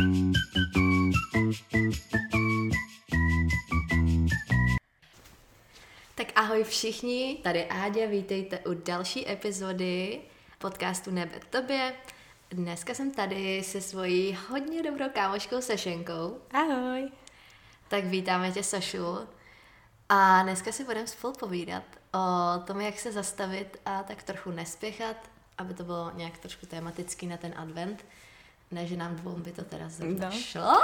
Tak ahoj všichni, tady Áďa, vítejte u další epizody podcastu Nebe tobě. Dneska jsem tady se svojí hodně dobrou kámoškou Sašenkou. Ahoj. Tak vítáme tě, Sašu. A dneska si budeme spolu povídat o tom, jak se zastavit a tak trochu nespěchat, aby to bylo nějak trošku tematický na ten advent. Ne, že nám dvou by to teda zrovna šlo.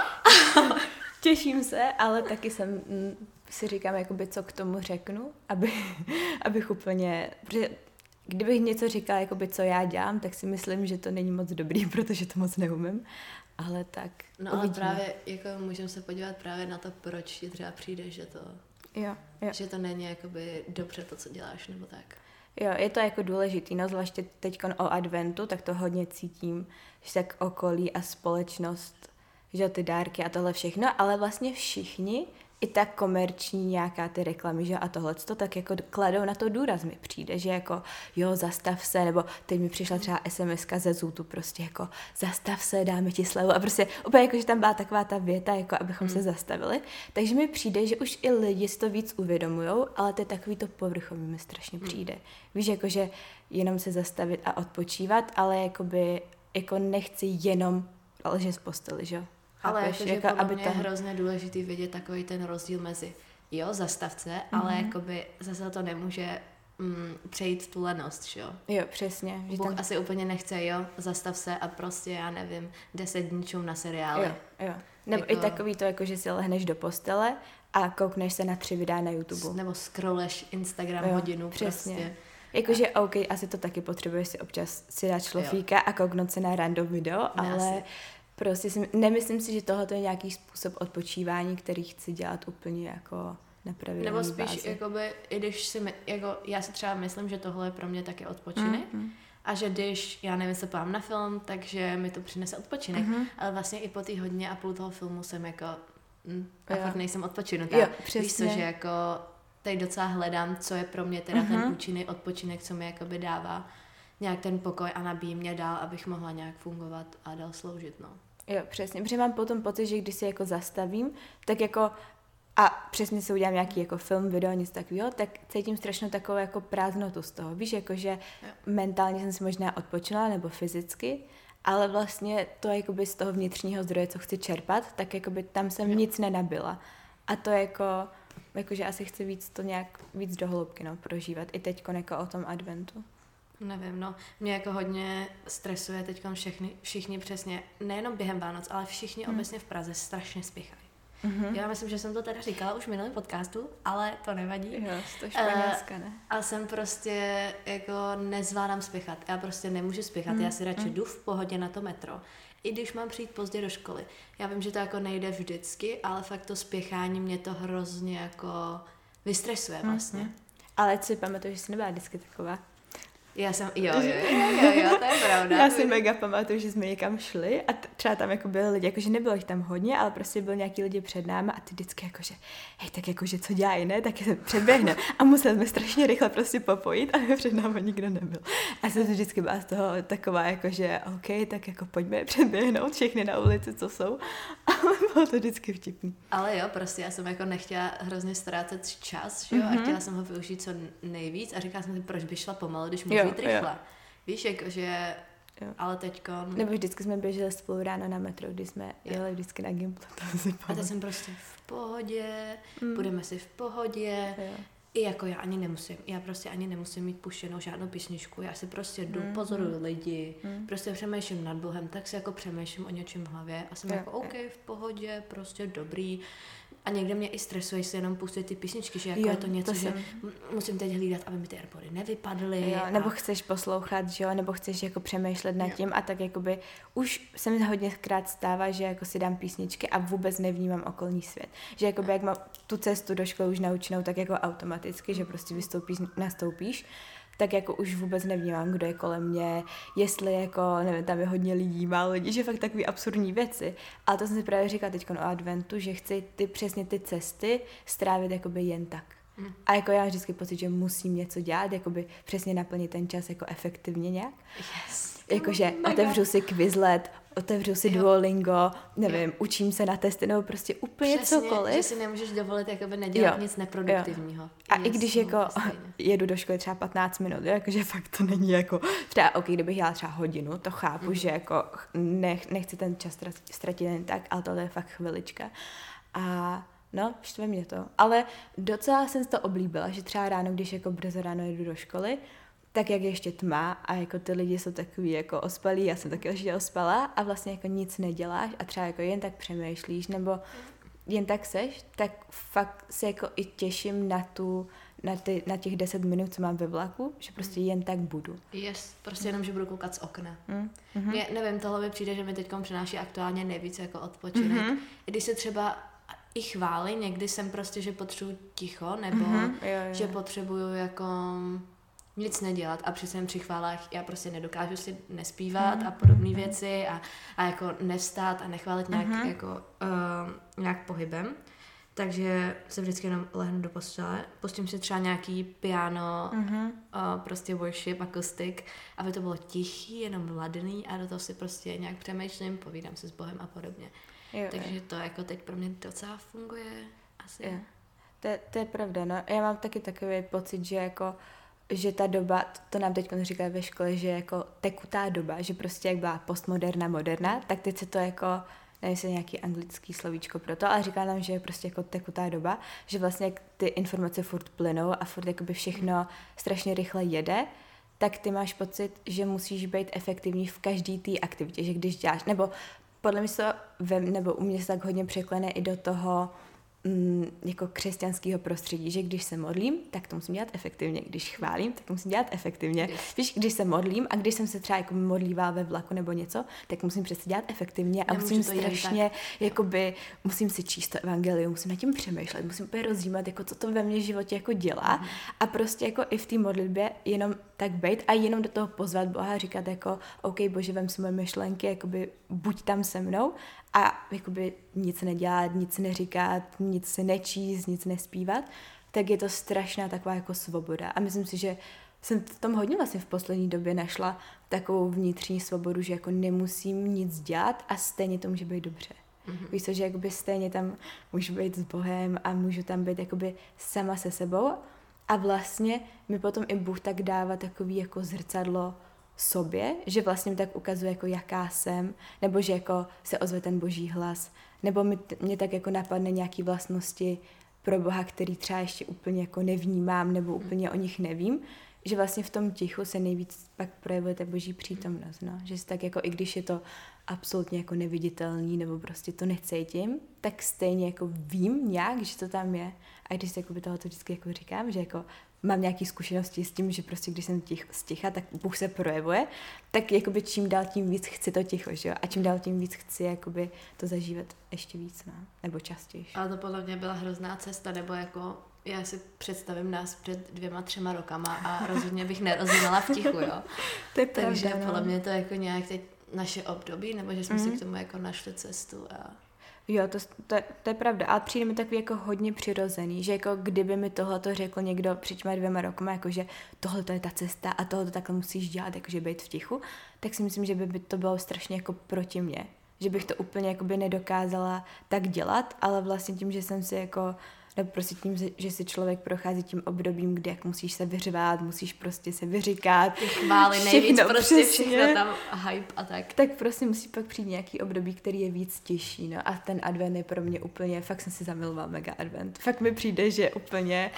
Těším se, ale taky si říkám, jakoby, co k tomu řeknu, abych úplně... Protože kdybych něco říkala, jakoby, co já dělám, tak si myslím, že to není moc dobrý, protože to moc neumím. Ale tak no uvidíme. Ale právě jako můžeme se podívat právě na to, proč ti třeba přijde, že to... Jo. Že to není jakoby dobře to, co děláš, nebo tak. Jo, je to jako důležitý, no zvláště teď o adventu, tak to hodně cítím, že tak okolí a společnost, že ty dárky a tohle všechno, ale vlastně všichni, i tak komerční nějaká ty reklamy, že a tohleto, tak jako kladou na to důraz, mi přijde, že jako jo, zastav se, nebo teď mi přišla třeba SMS-ka ze Zootu, prostě jako zastav se, dáme ti slevu a prostě úplně jako, že tam byla taková ta věta, jako abychom se zastavili, takže mi přijde, že už i lidi si to víc uvědomujou, ale to je takový to povrchový mi strašně přijde. Víš, jakože jenom se zastavit a odpočívat, ale jakoby, jako nechci jenom ležet v posteli, že jo? Ale jakože jako, podle mě je hrozně důležitý vidět takový ten rozdíl mezi zastavce, ale jakoby zase to nemůže přejít tu lenost, že jo? Jo, přesně. Bůh asi úplně nechce, zastav se a prostě, já nevím, 10 dní čum na seriály. Jo. Nebo i takový to, jako že si lehneš do postele a koukneš se na 3 videa na YouTube. Nebo scrolleš Instagram hodinu přesně. Prostě. Jakože OK, asi to taky potřebuješ si občas si dát šlofíka a kouknout se na random video, ale... Prostě nemyslím si, že tohle je nějaký způsob odpočívání, který chci dělat úplně jako na pravidelné bázi. Nebo spíš, jakoby, i když já si třeba myslím, že tohle je pro mě taky odpočinek a že když, já nevím, se podívám na film, takže mi to přinese odpočinek, ale vlastně i po té hodně a půl toho filmu jsem jako a fakt nejsem odpočinutá. Jo, přesně. Víš co, že jako teď docela hledám, co je pro mě teda ten účinný odpočinek, co mi jakoby dává nějak ten pokoj a nabíjí mě dál, abych mohla nějak fungovat a dál sloužit, no. Jo, přesně, protože mám potom pocit, že když si jako zastavím, tak jako a přesně si udělám nějaký jako film, video, nic takového, tak cítím strašnou takovou jako prázdnotu z toho, víš, jakože mentálně jsem si možná odpočinula, nebo fyzicky, ale vlastně to jakoby z toho vnitřního zdroje, co chci čerpat, tak jakoby tam jsem nic nenabila. A to jakože asi chci víc do hloubky, prožívat, i teďko jako o tom adventu. Nevím, mě jako hodně stresuje teď všichni přesně, nejenom během Vánoc, ale všichni obecně v Praze strašně spěchají. Já myslím, že jsem to teda říkala už v minulém podcastu, ale to nevadí. Jo, to Španělska, ne? A jsem prostě jako nezvládám spěchat. Já prostě nemůžu spěchat, já si radši jdu v pohodě na to metro. I když mám přijít pozdě do školy. Já vím, že to jako nejde vždycky, ale fakt to spěchání mě to hrozně jako vystresuje vlastně. Ale co si pamatuju, že jsi nebyla vždycky taková? Já jsem, jo, to je pravda. Já si mega pamatuju, že jsme někam šli a třeba tam jako byli lidi, jakože nebylo jich tam hodně, ale prostě byl nějaký lidi před námi a ty vždycky jakože, hej, tak jakože co dělají, ne? Tak se předběhne. A museli jsme strašně rychle prostě popojit a před námi nikdo nebyl. A jsem vždycky byla z toho taková jakože, OK, tak jako pojďme předběhnout všechny na ulici, co jsou. Ale bylo to vždycky vtipný. Ale jo, prostě já jsem jako nechtěla hrozně ztrácet čas, že jo, a chtěla jsem ho využít co nejvíc a říkala jsem si, proč by šla pomalu, když můžu jít rychle. Víš, jakože, ale teďko... Nebo vždycky jsme běželi spolu ráno na metro, když jsme jeli vždycky na Gimplu. A teď jsem prostě v pohodě, budeme si v pohodě. I jako já prostě ani nemusím mít puštěnou žádnou písničku, já si prostě jdu, pozoruju lidi, prostě přemýšlím nad Bohem, tak si jako přemýšlím o něčem v hlavě a jsem jako OK, v pohodě, prostě dobrý. A někde mě i stresuje, si jenom pustit ty písničky, že jako je to něco, že musím teď hlídat, aby mi ty AirPody nevypadly. Nebo chceš poslouchat, že jo, nebo chceš jako přemýšlet nad tím a tak jakoby už se mi hodněkrát stává, že jako si dám písničky a vůbec nevnímám okolní svět. Že jakoby jak mám tu cestu do školy už naučenou, tak jako automaticky, že prostě nastoupíš, tak jako už vůbec nevnímám, kdo je kolem mě, jestli jako, nevím, tam je hodně lidí, málo lidí, že fakt takový absurdní věci. Ale to jsem si právě říkala teď o adventu, že chci přesně ty cesty strávit jakoby jen tak. A jako já mám vždycky pocit, že musím něco dělat, jakoby přesně naplnit ten čas jako efektivně nějak. Yes. Jakože otevřu si Quizlet, otevřu si Duolingo, nevím, učím se na testy, nebo prostě úplně přesně, cokoliv. Že si nemůžeš dovolit jakoby nedělat nic neproduktivního. A i když jako jedu do školy třeba 15 minut, jakože fakt to není jako, třeba kdybych jela třeba hodinu, to chápu, že jako nechci ten čas ztratit jen tak, ale tohle je fakt chvilička. A no, štve mě to. Ale docela jsem to oblíbila, že třeba ráno, když jako brzo ráno jedu do školy, tak jak je ještě tma a jako ty lidi jsou takový jako ospalí, já jsem taky ještě ospala a vlastně jako nic neděláš a třeba jako jen tak přemýšlíš nebo jen tak seš, tak fakt se jako i těším na těch 10 minut, co mám ve vlaku, že prostě jen tak budu. Prostě jenom, že budu koukat z okna. Mě, nevím, tohle mi přijde, že mi teď přináší aktuálně nejvíc jako odpočinek. I když se třeba i chválí, někdy jsem prostě, že potřebuji ticho, nebo že potřebuju jako nic nedělat a při při chválách já prostě nedokážu si nespívat a podobné věci a jako nevstát a nechválit nějak jako nějak pohybem. Takže se vždycky jenom lehnu do postele, pustím si třeba nějaký piano, prostě worship, akustik, aby to bylo tichý, jenom ladný a do toho si prostě nějak přemýšlím, povídám se s Bohem a podobně. Takže to jako teď pro mě docela funguje asi. To je pravda, no. Já mám taky takový pocit, že jako že ta doba, to nám teď říkají ve škole, že jako tekutá doba, že prostě jak byla postmoderna, moderna, tak teď se to jako, nevím, jestli nějaký anglický slovíčko pro to, ale říká nám, že je prostě jako tekutá doba, že vlastně jak ty informace furt plynou a furt jakoby všechno strašně rychle jede, tak ty máš pocit, že musíš být efektivní v každý té aktivitě, že když děláš, nebo podle mě se nebo u mě se tak hodně překlene i do toho jako křesťanského prostředí, že když se modlím, tak to musím dělat efektivně, když chválím, tak to musím dělat efektivně. Víš, když se modlím a když jsem se třeba jako modlívala ve vlaku nebo něco, tak musím přesně dělat efektivně a musím strašně, jakoby, musím si číst to evangelium, musím nad tím přemýšlet, musím úplně rozjímat, jako co to ve mně v životě jako dělá a prostě jako i v té modlitbě jenom tak bejt a jenom do toho pozvat Boha a říkat jako OK, Bože, vem si moje myšlenky, jakoby buď tam se mnou a jakoby nic nedělat, nic neříkat, nic si nečíst, nic nespívat, tak je to strašná taková jako svoboda. A myslím si, že jsem v tom hodně vlastně v poslední době našla takovou vnitřní svobodu, že jako nemusím nic dělat a stejně to může být dobře. Víš co, že jakoby stejně tam můžu být s Bohem a můžu tam být jakoby sama se sebou a vlastně mi potom i Bůh tak dává takový jako zrcadlo sobě, že vlastně mi tak ukazuje, jako jaká jsem, nebo že jako se ozve ten boží hlas, nebo mě tak jako napadne nějaký vlastnosti pro Boha, který třeba ještě úplně jako nevnímám, nebo úplně o nich nevím, že vlastně v tom tichu se nejvíc pak projevuje ta boží přítomnost, no? Že si tak jako, i když je to absolutně jako neviditelný, nebo prostě to necítím, tak stejně jako vím nějak, že to tam je. A když si jako tohoto vždycky jako říkám, že jako mám nějaké zkušenosti s tím, že prostě když jsem sticha, tak Bůh se projevuje, tak jakoby čím dál tím víc chci to ticho, že jo? A čím dál tím víc chci jakoby to zažívat ještě víc, no? Nebo častěji. Ale to podle mě byla hrozná cesta, nebo jako já si představím nás před 2-3 rokama a rozhodně bych nerozjímala v tichu, jo? Takže pravda, podle mě to jako nějak teď naše období, nebo že jsme si k tomu jako našli cestu a... Jo, to je pravda, ale přijde mi takový jako hodně přirozený, že jako kdyby mi tohleto řekl někdo před 2 rokama, jako že tohle je ta cesta a tohle takhle musíš dělat, jakože být v tichu, tak si myslím, že by to bylo strašně jako proti mně, že bych to úplně jakoby nedokázala tak dělat, ale vlastně tím, že jsem si jako, nebo prostě tím, že si člověk prochází tím obdobím, kde jak musíš se vyřvát, musíš prostě se vyříkat. Ty chvály nejvíc, prostě všechno tam hype a tak. Tak prostě musí pak přijít nějaký období, který je víc těžší, no a ten advent je pro mě úplně, fakt jsem si zamiloval mega advent. Fakt mi přijde, že úplně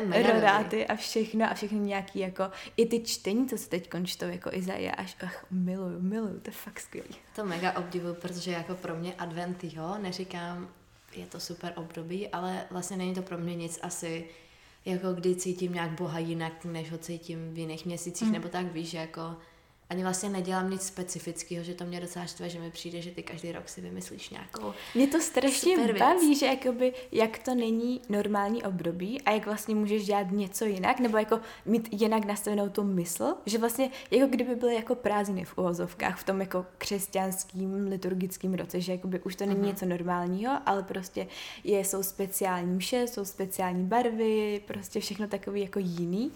rodáty a všechno nějaký jako, i ty čtení, co se teď čtou jako Izajáš, miluju, to je fakt skvělý. To mega obdivuju, protože jako pro mě advent, jo, neříkám, je to super období, ale vlastně není to pro mě nic asi, jako kdy cítím nějak Boha jinak, než ho cítím v jiných měsících, nebo tak, víš, že jako ani vlastně nedělám nic specifického, že to mě docela štve, že mi přijde, že ty každý rok si vymyslíš nějakou. Mě to strašně baví, že jakoby, jak to není normální období a jak vlastně můžeš dělat něco jinak, nebo jako mít jinak nastavenou tu mysl, že vlastně jako kdyby byly jako prázdniny v uvozovkách v tom jako křesťanským liturgickým roce, že jakoby už to není něco normálního, ale prostě jsou speciální mše, jsou speciální barvy, prostě všechno takový jako jiný.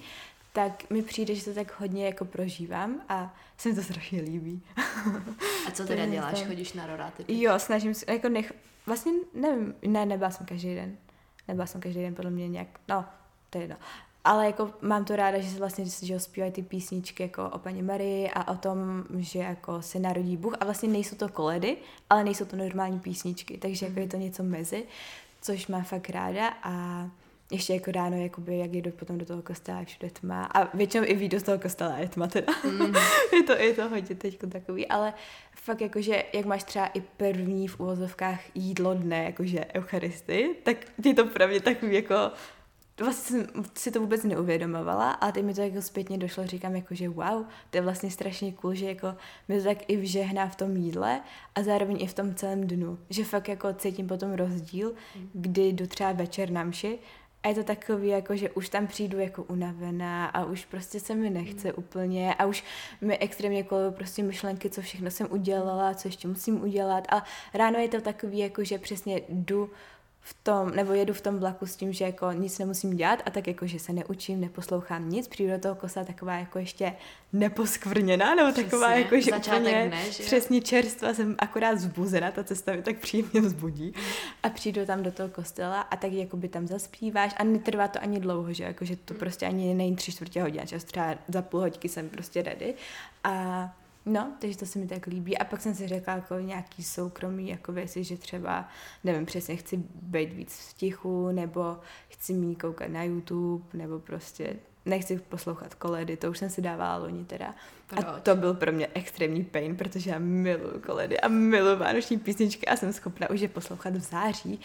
tak mi přijde, že to tak hodně jako prožívám a se mi to strašně líbí. A co teda děláš? Chodíš na roráty? Jo, snažím se, jako vlastně nevím, nebyla jsem každý den, podle mě nějak, no, to je jedno. Ale jako mám to ráda, že se vlastně že zpívají ty písničky jako o Panně Marii a o tom, že jako se narodí Bůh a vlastně nejsou to koledy, ale nejsou to normální písničky, takže jako je to něco mezi, což mám fakt ráda a ještě jako ráno, jakoby, jak jdu potom do toho kostela, všude tma a většinou i výjdu z toho kostela, je tma teda. je to hodně teďko takový, ale fakt jakože, jak máš třeba i první v uvozovkách jídlo dne, jakože eucharistii, tak ti to pravdě takový jako vlastně jsem si to vůbec neuvědomovala a teď mi to jako zpětně došlo, říkám jako, že wow, to je vlastně strašně cool, že jako mi to tak i vžehná v tom jídle a zároveň i v tom celém dnu, že fakt jako cítím potom rozdíl, kdy jdu třeba večer na mši a je to takový jako, že už tam přijdu jako unavená a už prostě se mi nechce úplně a už mi extrémně kolují prostě myšlenky, co všechno jsem udělala, co ještě musím udělat a ráno je to takový jako, že přesně jdu v tom, nebo jedu v tom vlaku s tím, že jako nic nemusím dělat a tak jako, že se neučím, neposlouchám nic, přijdu do toho kostela taková jako ještě neposkvrněná, nebo přesně, taková jako, že úplně ne, že přesně čerstva, jsem akorát vzbuzená, ta cesta mi tak příjemně vzbudí a přijdu tam do toho kostela a tak jako by tam zaspíváš a netrvá to ani dlouho, že jako, že to prostě ani není 3/4 hodiny, čas třeba za půl hoďky jsem prostě ready a no, takže to se mi tak líbí. A pak jsem si řekla jako nějaký soukromý jako věci, že třeba, nevím, přesně chci být víc v tichu, nebo chci mít koukat na YouTube, nebo prostě nechci poslouchat koledy, to už jsem si dávala loni teda. Proč? A to byl pro mě extrémní pain, protože já miluju koledy a miluju vánoční písničky a jsem schopna už je poslouchat v září.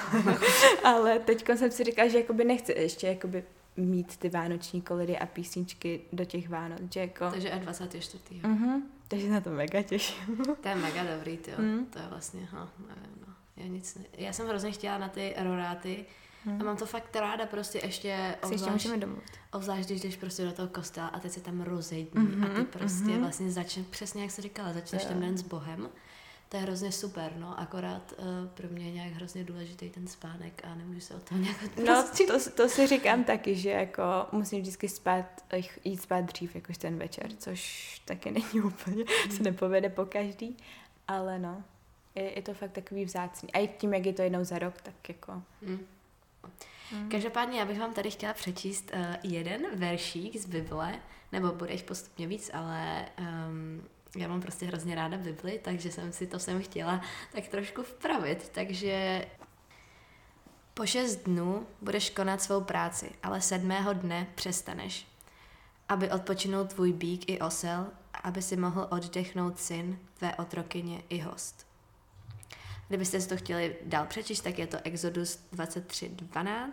Ale teď jsem si říkala, že jakoby nechci ještě jakoby mít ty vánoční koledy a písničky do těch Vánoc, že jako... Takže a 24. Takže na to mega těším. To je mega dobrý, tyjo. To je vlastně, nevím, no. Já jsem hrozně chtěla na ty roráty a mám to fakt ráda prostě ještě obzvlášť, když jdeš prostě do toho kostela a teď se tam rozejдí a ty prostě vlastně začneš, přesně jak jsi říkala, začneš ten den s Bohem. To je hrozně super, no, akorát pro mě je nějak hrozně důležitý ten spánek a nemůžu se o tom nějak odprostit. No, to si říkám taky, že jako musím vždycky jít spát dřív, jakož ten večer, což taky není úplně, se nepovede po každý, ale no, je to fakt takový vzácný. A i tím, jak je to jednou za rok, tak jako... Každopádně já bych vám tady chtěla přečíst jeden veršík z Bible, nebo bude jich postupně víc, ale... já mám prostě hrozně ráda Bibli, takže jsem si to chtěla tak trošku vpravit. Takže po 6 dnů budeš konat svou práci, ale 7. dne přestaneš, aby odpočinul tvůj býk i osel, aby si mohl oddechnout syn, tvé otrokyně i host. Kdybyste si to chtěli dál přečíst, tak je to Exodus 23:12.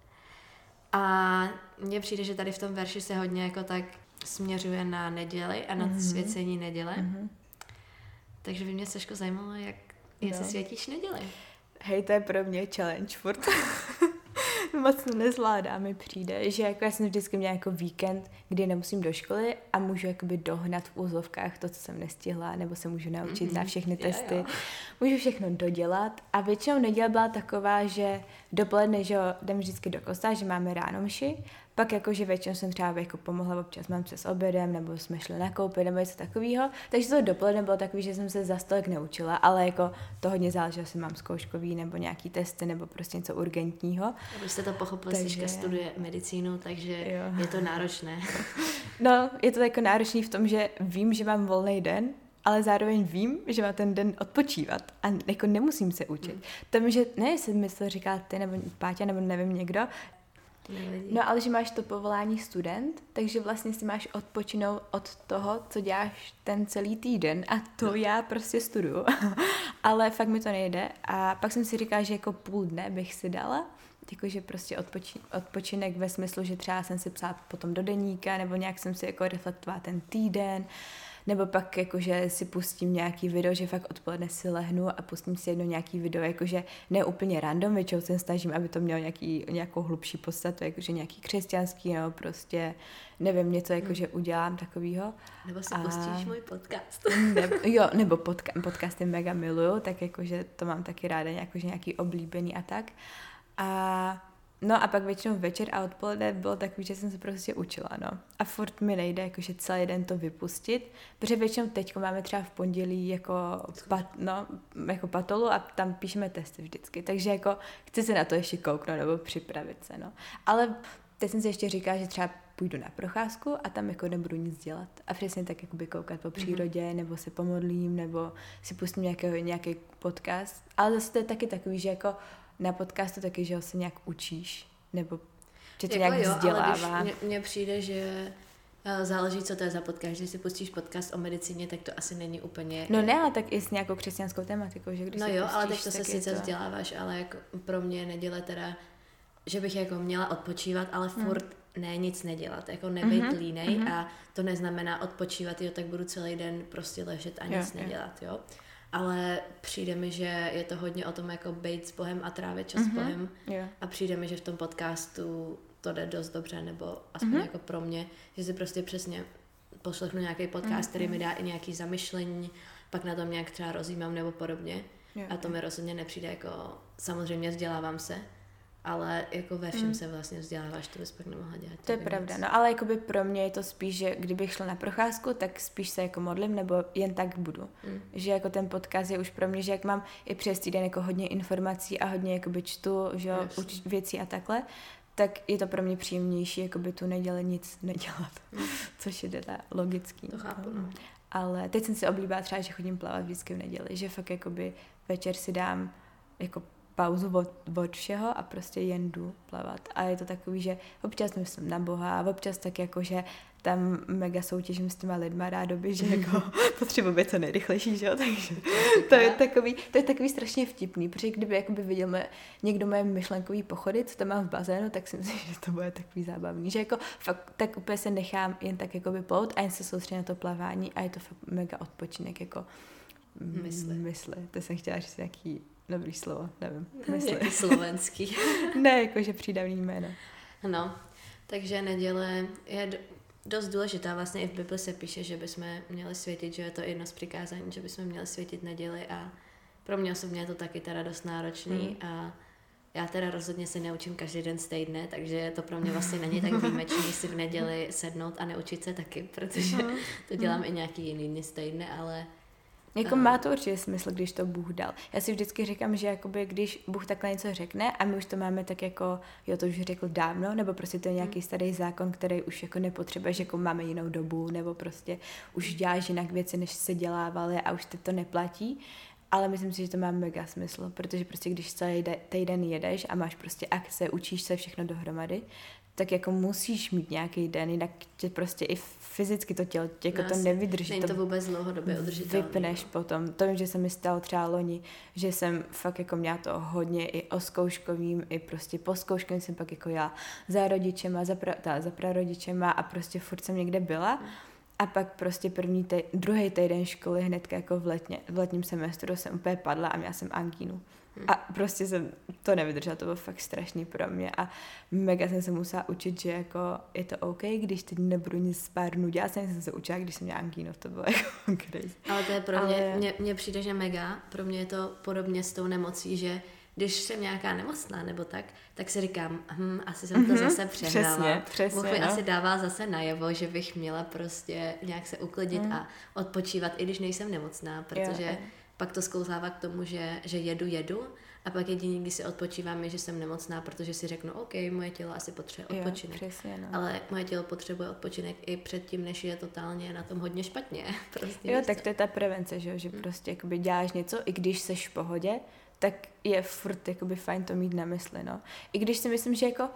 A mně přijde, že tady v tom verši se hodně jako tak směřuje na neděli a na svěcení neděle. Takže by mě trošku zajímalo, jak se světíš neděli. Hej, to je pro mě challenge furt. Moc to nezvládá, mi přijde, že jako já jsem vždycky měla jako víkend, kdy nemusím do školy a můžu jakoby dohnat v úzovkách to, co jsem nestihla, nebo se můžu naučit na všechny testy. Můžu všechno dodělat a většinou neděle byla taková, že dopoledne, že jdem vždycky do kostela, že máme ráno mši, pak jakože většinou jsem třeba jako pomohla občas mám přes obědem, nebo jsme šli nakoupit, nebo něco takového. Takže to dopoledne bylo takový, že jsem se za stolik neučila, ale jako to hodně záleží, jestli mám zkouškový, nebo nějaký testy, nebo prostě něco urgentního. Abyste to pochopili, Siška studuje medicínu, takže je to náročné. No, je to jako náročný v tom, že vím, že mám volný den, ale zároveň vím, že mám ten den odpočívat a jako nemusím se učit. To že ne, jestli mi to říká ty, nebo Páťa, nebo nevím někdo, no ale že máš to povolání student, takže vlastně si máš odpočinout od toho, co děláš ten celý týden a to já prostě studuju. Ale fakt mi to nejde a pak jsem si říkala, že jako půl dne bych si dala, jakože prostě odpočinek ve smyslu, že třeba jsem si psala potom do deníka nebo nějak jsem si jako reflektovala ten týden, nebo pak jakože si pustím nějaký video, že fakt odpoledne si lehnu a pustím si jedno nějaký video, jakože ne úplně random, většinou se snažím, aby to mělo nějakou hlubší podstatu, jakože nějaký křesťanský, nebo prostě nevím, něco jakože udělám takovýho. Nebo si pustíš můj podcast. Nebo podcasty mega miluju, tak jakože to mám taky ráda, jakože nějaký oblíbený a tak. A No a pak většinou večer a odpoledne bylo takový, že jsem se prostě učila, no. A furt mi nejde jakože celý den to vypustit, protože většinou teďko máme třeba v pondělí jako, jako patolu a tam píšeme testy vždycky, takže jako chci se na to ještě kouknout nebo připravit se, no. Ale teď jsem si ještě říkala, že třeba půjdu na procházku a tam jako nebudu nic dělat. A přesně tak jakoby koukat po přírodě, nebo se pomodlím, nebo si pustím nějaký podcast. Ale zase to je taky takový, že jako na podcastu taky, že ho se nějak učíš, nebo že to jako nějak vzdělává. Ale mně přijde, že záleží, co to je za podcast. Když si pustíš podcast o medicíně, tak to asi není úplně... No ne, ale tak i s nějakou křesťanskou tematikou, že když no si jo, pustíš, ale teď to se sice vzděláváš, ale jako pro mě neděle teda, že bych jako měla odpočívat, ale furt ne nic nedělat, jako nebejt línej a to neznamená odpočívat, jo, tak budu celý den prostě ležet a nic nedělat, jo. Ale přijde mi, že je to hodně o tom jako bejt s Bohem a trávit čas s Bohem a přijde mi, že v tom podcastu to jde dost dobře, nebo aspoň jako pro mě, že si prostě přesně poslechnu nějaký podcast, který mi dá i nějaký zamyšlení, pak na tom nějak třeba rozjímám nebo podobně a to mi rozhodně nepřijde jako, samozřejmě vzdělávám se, ale jako ve všem se vlastně vzděláváš, to bys pak nemohla dělat. To je pravda, no ale jakoby pro mě je to spíš, že kdybych šla na procházku, tak spíš se jako modlím, nebo jen tak budu. Že jako ten podcast je už pro mě, že jak mám i přes týden jako hodně informací a hodně jakoby čtu, že věcí a takhle, tak je to pro mě příjemnější, jakoby tu neděli nic nedělat, což je teda logický. To chápu, no. Ale teď jsem si oblíbila třeba, že chodím plavat vždycky v neděli, že fakt jakoby večer si dám jako pauzu od všeho a prostě jen jdu plavat. A je to takový, že občas myslím na Boha a občas tak jako, že tam mega soutěžím s těma lidma rádoby, že jako potřebuji být co nejrychlejší, že jo, takže to je takový strašně vtipný, protože kdyby jakoby viděl někdo moje myšlenkový pochody, co tam mám v bazénu, tak si myslím, že to bude takový zábavný, že jako fakt tak úplně se nechám jen tak jakoby plout a jen se soustředím na to plavání a je to fakt mega odpočinek, jako mysli. To jsem chtěla říct nějaký dobrý slovo, nevím. Jaký slovenský. Ne, jakože přídavný jméno. No, takže neděle je dost důležitá. Vlastně i v Bibli se píše, že bychom měli světit, že je to jedno z přikázání, že bychom měli světit neděli a pro mě osobně je to taky teda dost náročný a já teda rozhodně se neučím každý den stejně, takže to pro mě vlastně není tak výjimečný si v neděli sednout a neučit se taky, protože to dělám i nějaký jiný dny stejně, ale jako má to určitě smysl, když to Bůh dal. Já si vždycky říkám, že jakoby, když Bůh takhle něco řekne a my už to máme tak jako, jo, to už řekl dávno, nebo prostě to je nějaký starý zákon, který už jako nepotřebuješ, jako máme jinou dobu, nebo prostě už děláš jinak věci, než se dělávaly a už to neplatí. Ale myslím si, že to má mega smysl, protože prostě když celý týden jedeš a máš prostě akce, učíš se všechno dohromady, tak jako musíš mít nějaký den, jinak tě prostě i fyzicky to tělo jako to nevydrží. Není to vůbec dlouhodobě udržitelné. Vypneš potom. To vím, že se mi stalo třeba loni, že jsem fakt jako měla to hodně i o zkouškovým, i prostě po zkouškovým jsem pak jako jela za rodičema, za prarodičema a prostě furt jsem někde byla. A pak prostě druhý týden školy hnedka jako v letním semestru jsem úplně padla a měla jsem angínu. A prostě jsem to nevydržela, to bylo fakt strašný pro mě a mega jsem se musela učit, že jako je to OK, když teď nebudu nic pár dnů dělat, jsem se učila, když jsem měla angínu, to bylo jako crazy. Ale to je pro mě přijde, že mega, pro mě je to podobně s tou nemocí, že když jsem nějaká nemocná nebo tak si říkám, asi jsem to zase přehnala. Přesně, Bůh mi asi dává zase najevo, že bych měla prostě nějak se uklidit a odpočívat, i když nejsem nemocná, protože pak to sklouzává k tomu, že jedu a pak jediný, když si odpočívám, je, že jsem nemocná, protože si řeknu, OK, moje tělo asi potřebuje odpočinek. Přesně, no. Ale moje tělo potřebuje odpočinek i předtím, než je totálně na tom hodně špatně. Prostě jo, tak to je ta prevence, že prostě jakoby děláš něco, i když seš v pohodě, tak je furt jakoby fajn to mít na mysli, no. I když si myslím, že jako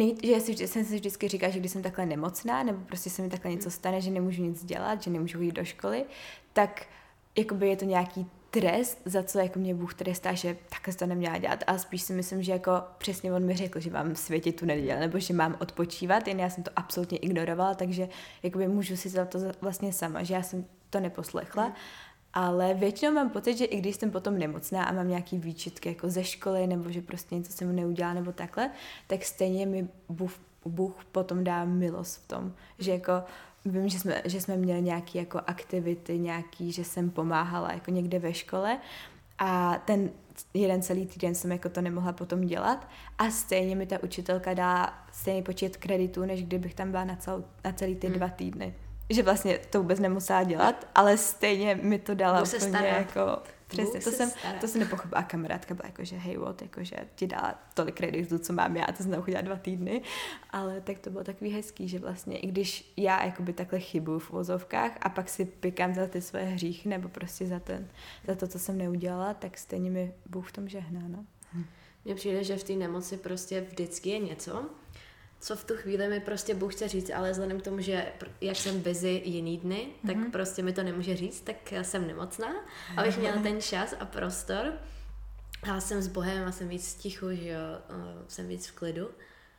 že jsem si vždycky říkala, že když jsem takhle nemocná, nebo prostě se mi takhle něco stane, že nemůžu nic dělat, že nemůžu jít do školy, tak jakoby je to nějaký trest, za co jako mě Bůh trestá, že takhle to neměla dělat, ale spíš si myslím, že jako přesně on mi řekl, že mám světit tu neděli, nebo že mám odpočívat, jen já jsem to absolutně ignorovala, takže jakoby můžu si za to vlastně sama, že já jsem to neposlechla, ale většinou mám pocit, že i když jsem potom nemocná a mám nějaký výčitky jako ze školy, nebo že prostě něco jsem neudělala, nebo takhle, tak stejně mi Bůh potom dá milost v tom, že jako vím, že jsme měli nějaké jako aktivity, nějaký, že jsem pomáhala jako někde ve škole a jeden celý týden jsem jako to nemohla potom dělat a stejně mi ta učitelka dá stejný počet kreditů, než kdybych tam byla na celý ty 2 týdny. Že vlastně to vůbec nemusela dělat, ale stejně mi to dala úplně jako... Přesně, to jsem nepochopila. A kamarádka byla jako, že hej, what, jako, že ti dala tolik kreditů, co mám já, to jsem chodila 2 týdny, ale tak to bylo takový hezký, že vlastně i když já jakoby takhle chybuju v uvozovkách a pak si pikám za ty svoje hříchy nebo prostě za to, co jsem neudělala, tak stejně mi Bůh v tom žehná, no. Mně přijde, že v té nemoci prostě vždycky je něco, co v tu chvíli mi prostě Bůh chce říct, ale vzhledem k tomu, že jak jsem busy jiný dny, tak prostě mi to nemůže říct, tak jsem nemocná, abych měla ten čas a prostor. A jsem s Bohem a jsem víc tichu, že jo, jsem víc v klidu.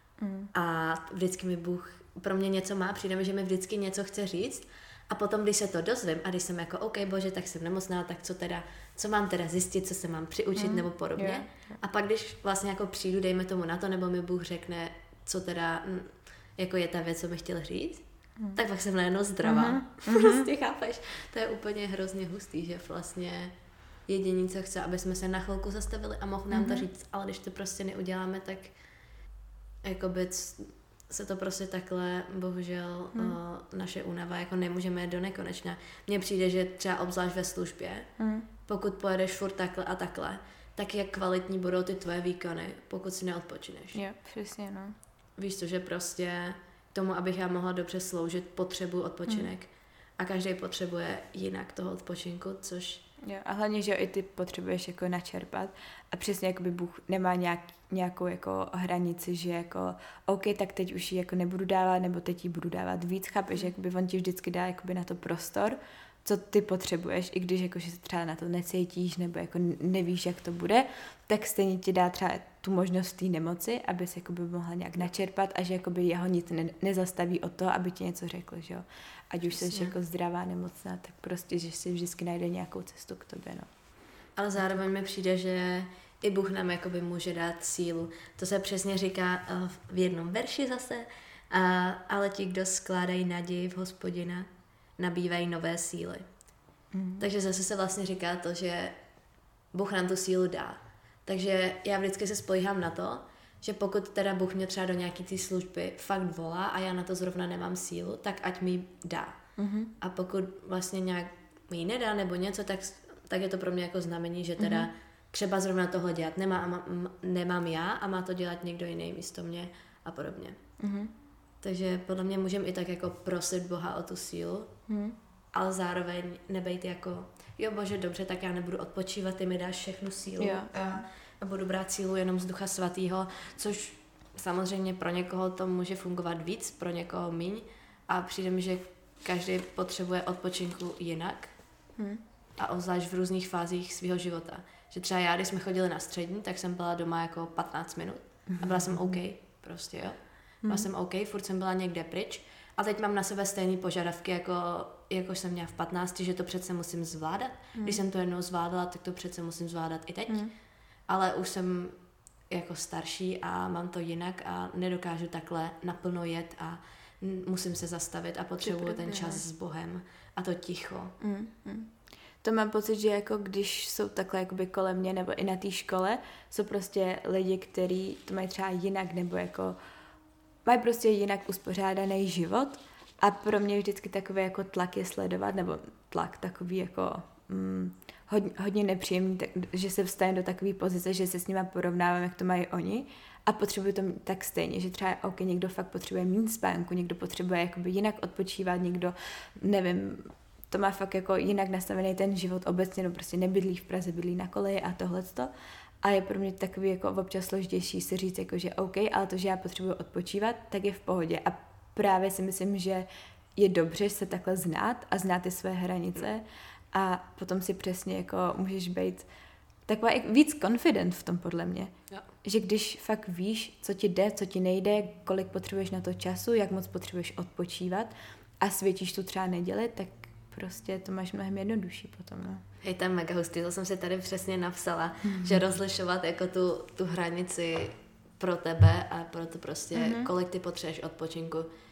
A vždycky mi Bůh pro mě něco má, přijde mi, že mi vždycky něco chce říct. A potom, když se to dozvím a když jsem jako, OK, Bože, tak jsem nemocná, tak co mám teda zjistit, co se mám přiučit nebo podobně. A pak, když vlastně jako přijdu, dejme tomu na to, nebo mi Bůh řekne, co teda jako je ta věc, co mi chtěl říct, tak pak jsem najednou zdravá. Prostě chápeš? To je úplně hrozně hustý, že vlastně jediný, co chce, aby jsme se na chvilku zastavili a mohl nám to říct, ale když to prostě neuděláme, tak jakoby se to prostě takhle, bohužel, naše únava, jako nemůžeme jít do nekonečna. Mně přijde, že třeba obzvlášť ve službě, pokud pojedeš furt takhle a takhle, tak jak kvalitní budou ty tvoje výkony, pokud si neodpočineš. Jo, přesně, no. Víš to, že prostě tomu, abych já mohla dobře sloužit, potřebuji odpočinek. A každý potřebuje jinak toho odpočinku, což... Jo, a hlavně, že i ty potřebuješ jako načerpat a přesně jakoby Bůh nemá nějakou jako hranici, že jako OK, tak teď už ji jako nebudu dávat, nebo teď ji budu dávat víc, chápeš, že jakoby on ti vždycky dá jakoby na to prostor, co ty potřebuješ, i když jako, že se třeba na to necítíš, nebo jako nevíš, jak to bude, tak stejně ti dá třeba tu možnost té nemoci, abys jakoby mohla nějak načerpat a že jakoby jeho nic nezastaví od toho, aby ti něco řekl, že jo. Ať už jsi jako zdravá, nemocná, tak prostě, že si vždycky najde nějakou cestu k tobě, no. Ale zároveň mi přijde, že i Bůh nám jakoby může dát sílu. To se přesně říká v jednom verši zase, ale ti, kdo skládají naději v Hospodina, nabývají nové síly. Takže zase se vlastně říká to, že Bůh nám tu sílu dá. Takže já vždycky se spolíhám na to, že pokud teda Bůh mě třeba do nějaký té služby fakt volá a já na to zrovna nemám sílu, tak ať mi dá. A pokud vlastně nějak mi ji nedá nebo něco, tak je to pro mě jako znamení, že teda třeba zrovna tohle dělat nemám já a má to dělat někdo jiný místo mě a podobně. Takže podle mě můžeme i tak jako prosit Boha o tu sílu, ale zároveň nebejt jako, jo Bože, dobře, tak já nebudu odpočívat, ty mi dáš všechnu sílu a budu brát sílu jenom z Ducha Svatýho, což samozřejmě pro někoho to může fungovat víc, pro někoho míň a přijde mi, že každý potřebuje odpočinku jinak a obzvlášť v různých fázích svého života. Že třeba já, když jsme chodili na střední, tak jsem byla doma jako 15 minut a byla jsem OK, prostě jo. Byla jsem OK, furt jsem byla někde pryč a teď mám na sebe stejné požadavky, jako jsem měla v 15, že to přece musím zvládat. Když jsem to jednou zvládala, tak to přece musím zvládat i teď. Ale už jsem jako starší a mám to jinak a nedokážu takhle naplno jet a musím se zastavit a potřebuju ten čas s Bohem a to ticho. To mám pocit, že jako když jsou takhle jakoby kolem mě nebo i na té škole, jsou prostě lidi, kteří to mají třeba jinak nebo jako mají prostě jinak uspořádaný život a pro mě vždycky takový jako tlak je sledovat, nebo tlak takový jako hodně nepříjemný, že se vstane do takové pozice, že se s nima porovnávám, jak to mají oni a potřebuju to tak stejně, že třeba OK, někdo fakt potřebuje mít spánku, někdo potřebuje jakoby jinak odpočívat, někdo, nevím, to má fakt jako jinak nastavený ten život obecně, no prostě nebydlí v Praze, bydlí na koleji a tohleto. A je pro mě takový jako občas složitější si říct, jako, že OK, ale to, že já potřebuji odpočívat, tak je v pohodě. A právě si myslím, že je dobře se takhle znát a znát ty své hranice a potom si přesně jako můžeš být taková víc confident v tom podle mě. Jo. Že když fakt víš, co ti jde, co ti nejde, kolik potřebuješ na to času, jak moc potřebuješ odpočívat a světíš tu třeba neděli, tak prostě to máš mnohem jednodušší potom. No. Hej, to je mega hustý, to jsem si tady přesně napsala, že rozlišovat jako tu hranici pro tebe a pro to prostě, kolik ty potřebuješ odpočinku.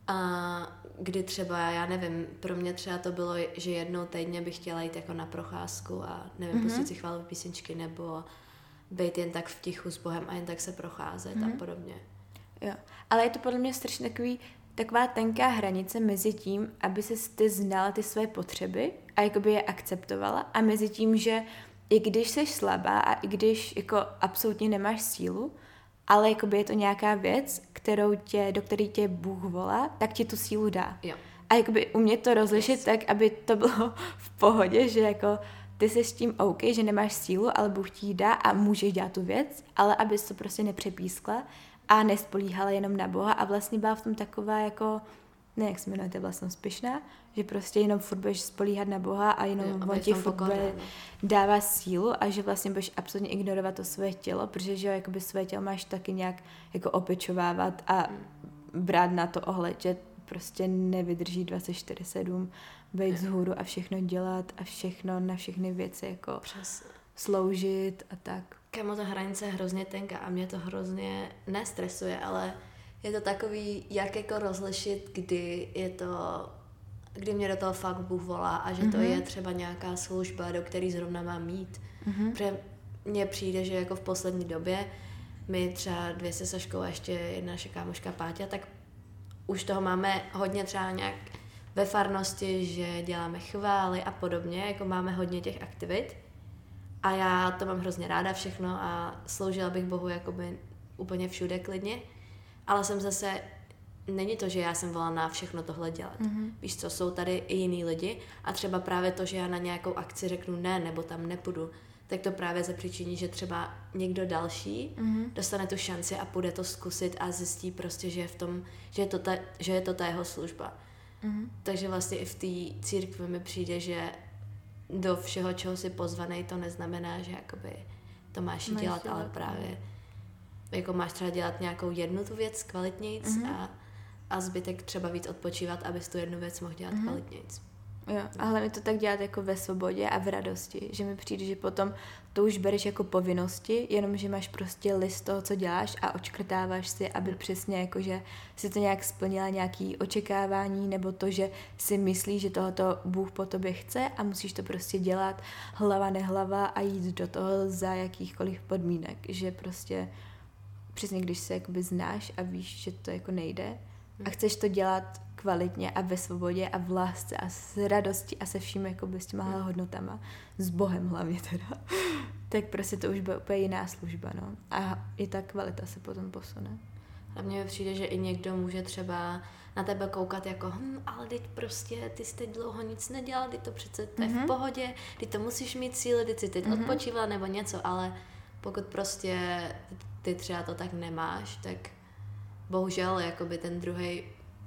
A kdy třeba, já nevím, pro mě třeba to bylo, že jednou týdně bych chtěla jít jako na procházku a nevím, pustit si chválové písničky nebo být jen tak v tichu s Bohem a jen tak se procházet a podobně. Jo, ale je to podle mě strašně taková tenká hranice mezi tím, aby ty znala ty své potřeby a jakoby je akceptovala a mezi tím, že i když jsi slabá a i když jako absolutně nemáš sílu, ale jakoby je to nějaká věc, do které tě Bůh volá, tak ti tu sílu dá. Jo. A jakoby umět to rozlišit tak, aby to bylo v pohodě, že jako ty jsi s tím OK, že nemáš sílu, ale Bůh ti ji dá a můžeš dělat tu věc, ale abys to prostě nepřepískla a nespolíhala jenom na Boha a vlastně byla v tom taková jako, ne, jak se jmenuje, to je vlastnost pyšná, že prostě jenom furt budeš spolíhat na Boha a jenom on ti furt dává sílu a že vlastně budeš absolutně ignorovat to své tělo, protože že jakoby své tělo máš taky nějak jako opečovávat a brát na to ohled, že prostě nevydrží 24/7 být vzhůru a všechno dělat a všechno na všechny věci jako sloužit a tak. Kámo, ta hranice je hrozně tenká a mě to hrozně nestresuje, ale je to takový, jak jako rozlišit, kdy mě do toho fakt Bůh volá a že to je třeba nějaká služba, do který zrovna mám jít. Protože mně přijde, že jako v poslední době my třeba 2 se Saškou a ještě jedna naše kámoška Páťa, tak už toho máme hodně třeba nějak ve farnosti, že děláme chvály a podobně, jako máme hodně těch aktivit. A já to mám hrozně ráda všechno a sloužila bych Bohu jakoby úplně všude klidně, ale jsem zase, není to, že já jsem volaná všechno tohle dělat. Víš co, jsou tady i jiný lidi a třeba právě to, že já na nějakou akci řeknu ne, nebo tam nepůjdu, tak to právě zapříčiní, že třeba někdo další dostane tu šanci a půjde to zkusit a zjistí prostě, že je v tom, že je to ta jeho služba. Takže vlastně i v té církvi mi přijde, že do všeho, čeho jsi pozvaný, to neznamená, že jakoby to máš dělat, ale právě jako máš třeba dělat nějakou jednu tu věc kvalitnějc a zbytek třeba víc odpočívat, abys tu jednu věc mohl dělat kvalitnějc. Jo, a hlavně to tak dělat jako ve svobodě a v radosti, že mi přijde, že potom to už bereš jako povinnosti, jenom že máš prostě list toho, co děláš a odškrtáváš si, aby přesně jako, že si to nějak splnila nějaký očekávání nebo to, že si myslíš, že tohoto Bůh po tobě chce a musíš to prostě dělat hlava nehlava a jít do toho za jakýchkoliv podmínek, že prostě přesně když se jakoby znáš a víš, že to jako nejde a chceš to dělat kvalitně a ve svobodě a v lásce a s radostí a se vším jakoby s těma hodnotama, s Bohem hlavně teda, tak prostě to už bude úplně jiná služba, no. A i ta kvalita se potom posune. Hlavně mi přijde, že i někdo může třeba na tebe koukat jako, ale teď prostě ty jsi teď dlouho nic nedělal, teď to přece to je v pohodě, teď to musíš mít síly, teď si teď odpočívala nebo něco, ale pokud prostě ty třeba to tak nemáš, tak bohužel jakoby ten druhej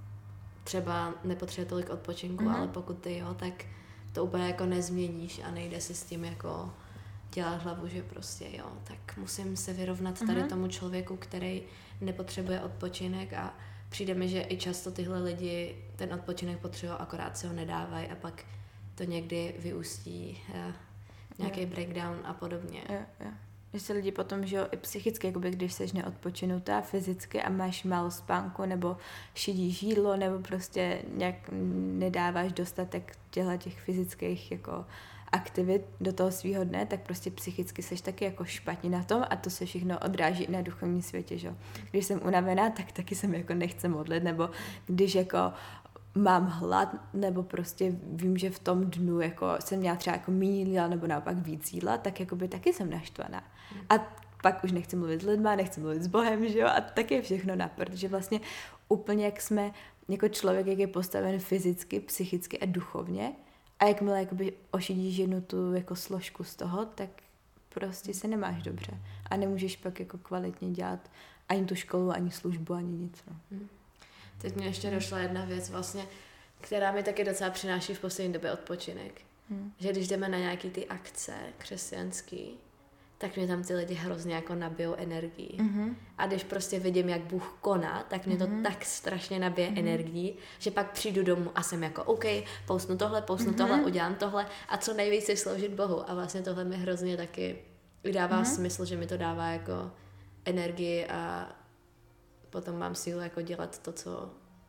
třeba nepotřebuje tolik odpočinku, ale pokud ty jo, tak to úplně jako nezměníš a nejde si s tím jako dělat hlavu, že prostě jo, tak musím se vyrovnat tady tomu člověku, který nepotřebuje odpočinek a přijde mi, že i často tyhle lidi ten odpočinek potřebují, akorát se ho nedávají a pak to někdy vyústí nějaký breakdown a podobně. Jo. Že se lidi potom, že jo, i psychicky, jakoby, když seš neodpočinutá fyzicky a máš málo spánku, nebo šidíš jídlo, nebo prostě nějak nedáváš dostatek těch fyzických jako aktivit do toho svýho dne, tak prostě psychicky seš taky jako špatně na tom a to se všechno odráží i na duchovním světě, že jo. Když jsem unavená, tak taky se mi jako nechce modlit, nebo když jako mám hlad, nebo prostě vím, že v tom dnu jako jsem měla třeba jako méně jídla, nebo naopak víc jídla, tak jakoby taky jsem naštvaná. A pak už nechci mluvit s lidma, nechci mluvit s Bohem, že jo, a tak je všechno na prd, že vlastně úplně jak jsme, jako člověk, jak je postaven fyzicky, psychicky a duchovně, a jakmile jakoby ošidíš jednu tu jako složku z toho, tak prostě se nemáš dobře a nemůžeš pak jako kvalitně dělat ani tu školu, ani službu, ani nic, no. Teď mě ještě došla jedna věc vlastně, která mi taky docela přináší v poslední době odpočinek. Že když jdeme na nějaký ty akce křesťanský, tak mě tam ty lidi hrozně jako nabijou energii. A když prostě vidím, jak Bůh koná, tak mě to tak strašně nabije energii, že pak přijdu domů a jsem jako OK, pousnu tohle, udělám tohle a co nejvíc si sloužit Bohu. A vlastně tohle mi hrozně taky dává smysl, že mi to dává jako energii a potom mám sílu jako dělat to, co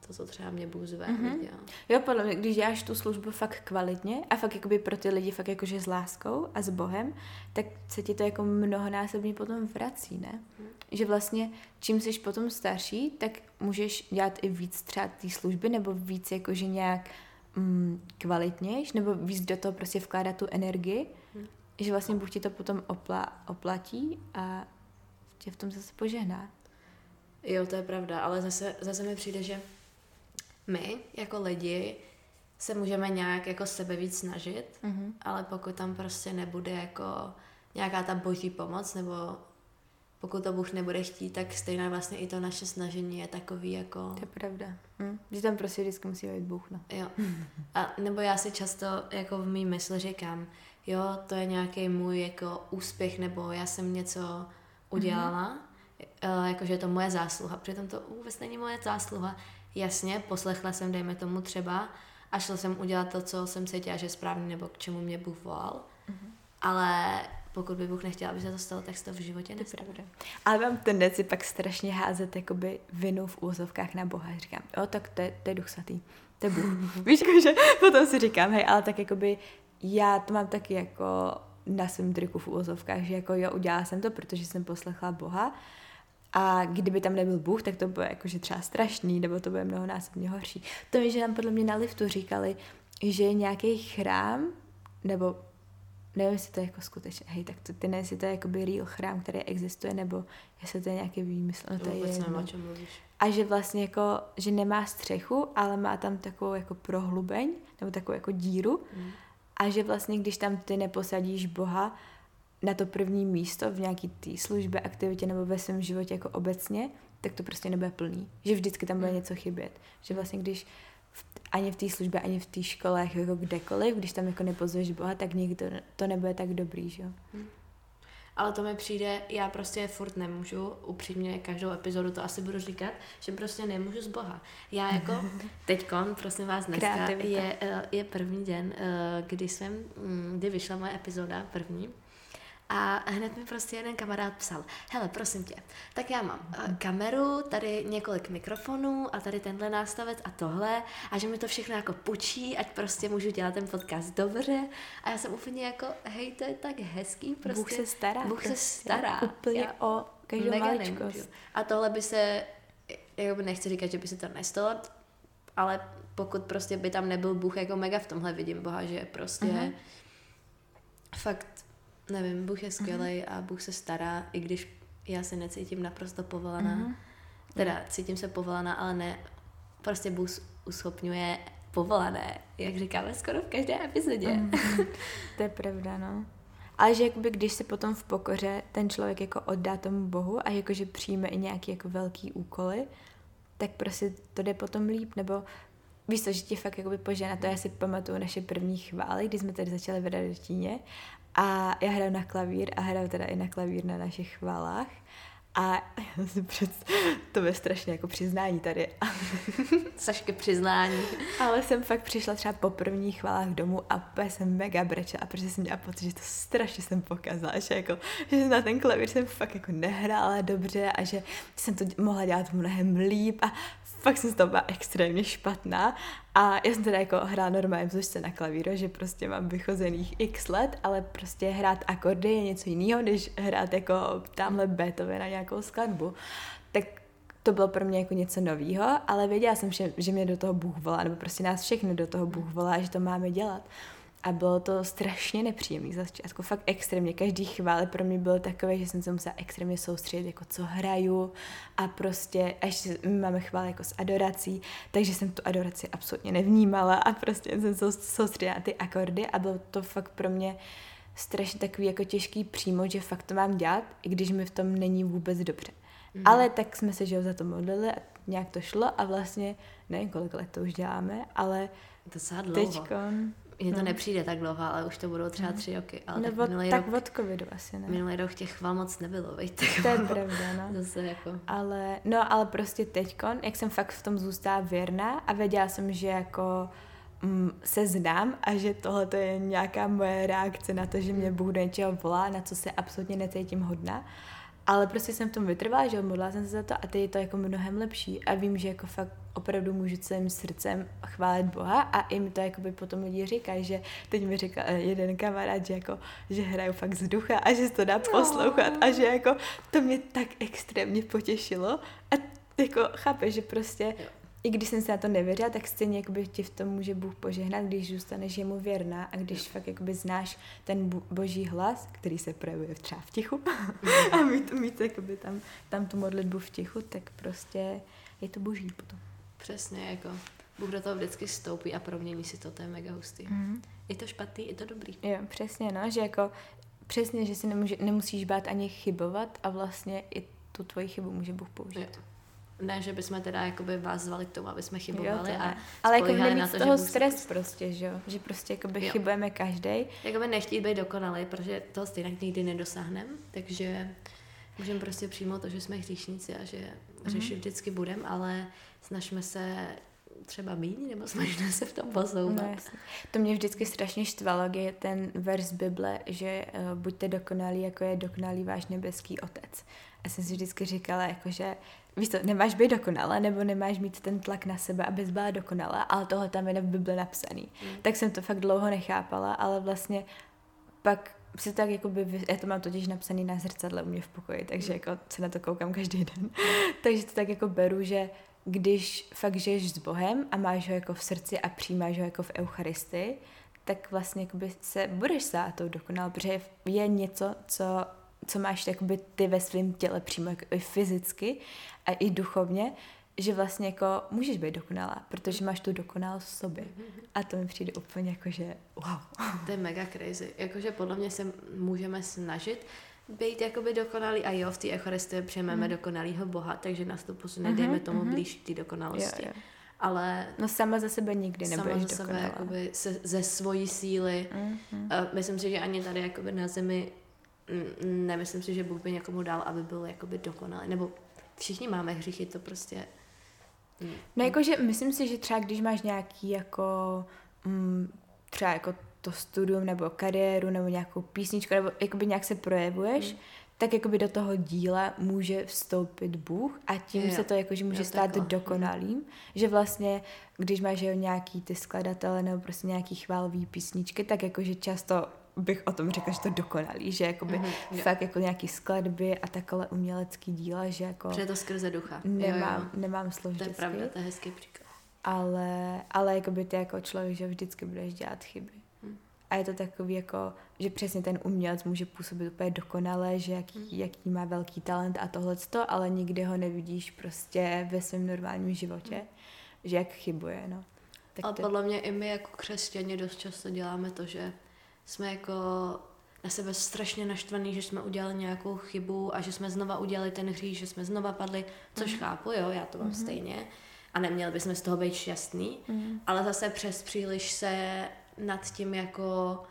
to, co třeba mě Bůh zve. Jo, podle mě, když děláš tu službu fakt kvalitně a fakt jakoby pro ty lidi fakt jakože s láskou a s Bohem, tak se ti to jako mnohonásobně potom vrací, ne? Že vlastně, čím jsi potom starší, tak můžeš dělat i víc třeba té služby, nebo víc jakože nějak kvalitnějš, nebo víc do toho prostě vkládat tu energii, že vlastně Bůh ti to potom oplatí a tě v tom zase požehná. Jo, to je pravda, ale zase mi přijde, že my jako lidi se můžeme nějak jako sebe víc snažit, ale pokud tam prostě nebude jako nějaká ta boží pomoc, nebo pokud to Bůh nebude chtít, tak stejně vlastně i to naše snažení je takový jako... To je pravda. Že tam prostě vždycky musí být Bůh, no. Jo. A nebo já si často jako v mý mysli říkám, jo, to je nějaký můj jako úspěch, nebo já jsem něco udělala, jakože je to moje zásluha. Přitom to vůbec není moje zásluha. Jasně, poslechla jsem, dejme tomu třeba, a šla jsem udělat to, co jsem cítila, že je správný, nebo k čemu mě Bůh volal. Ale pokud by Bůh nechtěl, aby se to stalo, tak se to v životě nestane. Ale mám tendenci pak strašně házet jakoby vinu v úzovkách na Boha. Říkám, jo, tak to je Duch Svatý, to je Bůh. Víš, že potom si říkám, hej, ale tak jakoby já to mám taky jako na svém triku v úzovkách, že jako jo, udělala jsem to, protože jsem poslechla Boha. A kdyby tam nebyl Bůh, tak to bylo jakože třeba strašný, nebo to bude mnohonásobně horší. To je, že nám podle mě na liftu říkali, že je nějaký chrám, nebo nevím, jestli to je jako skutečně, hej, tak ty ne, jestli to je jakoby real chrám, který existuje, nebo jestli to je nějaký výmysl. No, to vůbec nevím, o čem mluvíš. A že vlastně jako, že nemá střechu, ale má tam takovou jako prohlubeň, nebo takovou jako díru. A že vlastně, když tam ty neposadíš Boha na to první místo v nějaký té službě, aktivitě nebo ve svém životě jako obecně, tak to prostě nebude plný. Že vždycky tam bude něco chybět. Že vlastně když ani v té službě, ani v té škole, jako kdekoliv, když tam jako nepozveš Boha, tak nikdy to nebude tak dobrý, že jo? Ale to mi přijde, já prostě furt nemůžu, upřímně každou epizodu to asi budu říkat, že prostě nemůžu z Boha. Já jako teďkon, prosím vás, dneska je první den, kdy vyšla moje epizoda první. A hned mi prostě jeden kamarád psal, hele, prosím tě, tak já mám kameru, tady několik mikrofonů a tady tenhle nástavec a tohle a že mi to všechno jako půjčí, ať prostě můžu dělat ten podcast dobře. A já jsem úplně jako, hej, to je tak hezký, prostě. Bůh se stará. Bůh se stará. Úplně o každou maličkost. A tohle by se, jako nechci říkat, že by se to nestalo, ale pokud prostě by tam nebyl Bůh, jako mega v tomhle vidím Boha, že prostě fakt nevím, Bůh je skvělej a Bůh se stará, i když já se necítím naprosto povolaná. Teda cítím se povolaná, ale ne, prostě Bůh uschopňuje povolané, jak říkáme skoro v každé epizodě. To je pravda, no. Ale že jakoby, když se potom v pokoře ten člověk jako oddá tomu Bohu a jakože přijme i nějaký jako velký úkoly, tak prostě to jde potom líp, nebo víš to, že tě fakt jakoby požehná. To já si pamatuju naše první chvály, kdy jsme tady začali vedat do Číně. A já hraju na klavír a hraju teda i na klavír na našich chválách. A já si to je strašně jako přiznání tady. Sašky přiznání. Ale jsem fakt přišla třeba po prvních chválách domů a jsem mega brečela, protože jsem měla pocit, že to strašně jsem pokazala, že na ten klavír jsem fakt jako nehrála dobře a že jsem to mohla dělat mnohem líp a fakt jsem z toho byla extrémně špatná. A já jsem teda jako hrála normálně vzočce na klavíru, že prostě mám vychozených x let, ale prostě hrát akordy je něco jiného, než hrát jako tamhle Beethovena nějakou skladbu. Tak to bylo pro mě jako něco novýho, ale věděla jsem, že mě do toho Bůh volá, nebo prostě nás všechny do toho Bůh volá, že to máme dělat. A bylo to strašně nepříjemný za začátku, fakt extrémně. Každý chvále pro mě bylo takové, že jsem se musela extrémně soustředit, jako co hraju a prostě, a ještě máme chvále jako s adorací, takže jsem tu adoraci absolutně nevnímala a prostě jsem se soustředila na ty akordy a bylo to fakt pro mě strašně takový jako těžký přijmout, že fakt to mám dělat, i když mi v tom není vůbec dobře. Ale tak jsme se, že za to modlili a nějak to šlo a vlastně, nevím, kolik let to už děláme, ale teďkon... Mně to nepřijde tak dlouho, ale už to budou třeba 3 roky. Ale nebo tak od covidu asi, ne? Minulý rok těch chval moc nebylo, veď. To je pravda, no. Zase jako... Ale prostě teďkon, jak jsem fakt v tom zůstala věrná a věděla jsem, že jako se znám a že tohle je nějaká moje reakce na to, že mě Bůh do něčeho volá, na co se absolutně necítím hodná. Ale prostě jsem v tom vytrvala, že modlila jsem se za to a teď je to jako mnohem lepší a vím, že jako fakt opravdu můžu celým srdcem chválit Boha a i mi to jakoby potom lidi říkají, že teď mi říkal jeden kamarád, že jako, že hraju fakt z ducha a že se to dá poslouchat a že jako to mě tak extrémně potěšilo a jako chápeš, že prostě i když jsem se na to nevěřila, tak stejně jakoby ti v tom může Bůh požehnat, když zůstaneš jemu věrná a když fakt jakoby znáš ten boží hlas, který se projevuje třeba v tichu a mít jakoby tam tu modlitbu v tichu, tak prostě je to boží potom. Přesně, jako Bůh do toho vždycky vstoupí a promění si to je mega hustý. Je to špatný, je to dobrý. Jo, přesně, no, že jako přesně, že si nemusíš bát ani chybovat a vlastně i tu tvoji chybu může Bůh použít. Jo. Ne, že bychom teda jakoby vás zvali k tomu, aby jsme chybovali a ale jako nemít na z toho stres prostě, že jo? Že prostě jakoby chybujeme každej. Jakoby nechtít být dokonalý, protože toho stejně nikdy nedosáhneme, takže můžeme prostě přijmout to, že jsme hříšníci a že řešit vždycky budeme, ale snažíme se třeba míň, nebo snažíme se v tom posouvat. No, to mě vždycky strašně štvalo, je ten verš Bible, že buďte dokonalí, jako je dokonalý váš nebeský otec. A jsem si vždycky říkala, jakože víš to, nemáš být dokonalá, nebo nemáš mít ten tlak na sebe, abys byla dokonalá, ale tohle tam je v Bible napsaný. Tak jsem to fakt dlouho nechápala, ale vlastně pak si tak jakoby, já to mám totiž napsaný na zrcadle u mě v pokoji, takže jako se na to koukám každý den. Takže to tak jako beru, že když fakt žiješ s Bohem a máš ho jako v srdci a přijímáš ho jako v Eucharistii, tak vlastně jakoby se budeš stát tou dokonal, protože je něco, co máš jakoby ty ve svém těle přímo jako i fyzicky a i duchovně, že vlastně jako můžeš být dokonalá, protože máš tu dokonalost v sobě. A to mi přijde úplně jako, že wow. To je mega crazy. Jakože podle mě se můžeme snažit být jakoby dokonalý a jo, v té Eucharistii přijmeme dokonalýho Boha, takže nás to posune, dejme tomu blíž k té dokonalosti. Jo. Ale no sama za sebe nikdy nebudeš dokonalá. Sama za sebe jakoby ze svojí síly. Myslím si, že ani tady jakoby na zemi nemyslím si, že Bůh by někomu dal, aby byl jakoby dokonalý. Nebo všichni máme hříchy, to prostě... No jakože myslím si, že třeba když máš nějaký jako třeba jako to studium nebo kariéru nebo nějakou písničku nebo jakoby nějak se projevuješ, tak jakoby do toho díla může vstoupit Bůh a tím se to jakože může stát dokonalým, že vlastně když máš nějaký ty skladatele nebo prostě nějaký chválový písničky, tak jakože často bych o tom řekla, že to dokonalý, že jakoby fakt jako nějaký skladby a takové umělecký díla, že jako... Protože je to skrze ducha. Nemám slov vždycky. To je pravda, to je hezký příklad. Ale jakoby ty jako člověk, že vždycky budeš dělat chyby. A je to takový jako, že přesně ten umělec může působit úplně dokonale, že jaký má velký talent a tohleto, ale nikdy ho nevidíš prostě ve svém normálním životě, že jak chybuje, no. Tak ale podle mě i my jako křesťani dost často děláme to, že jsme jako na sebe strašně naštvaný, že jsme udělali nějakou chybu a že jsme znova udělali ten hřích, že jsme znova padli, což chápu, jo, já to mám stejně a neměli bychom z toho být šťastný, ale zase přes příliš se nad tím jako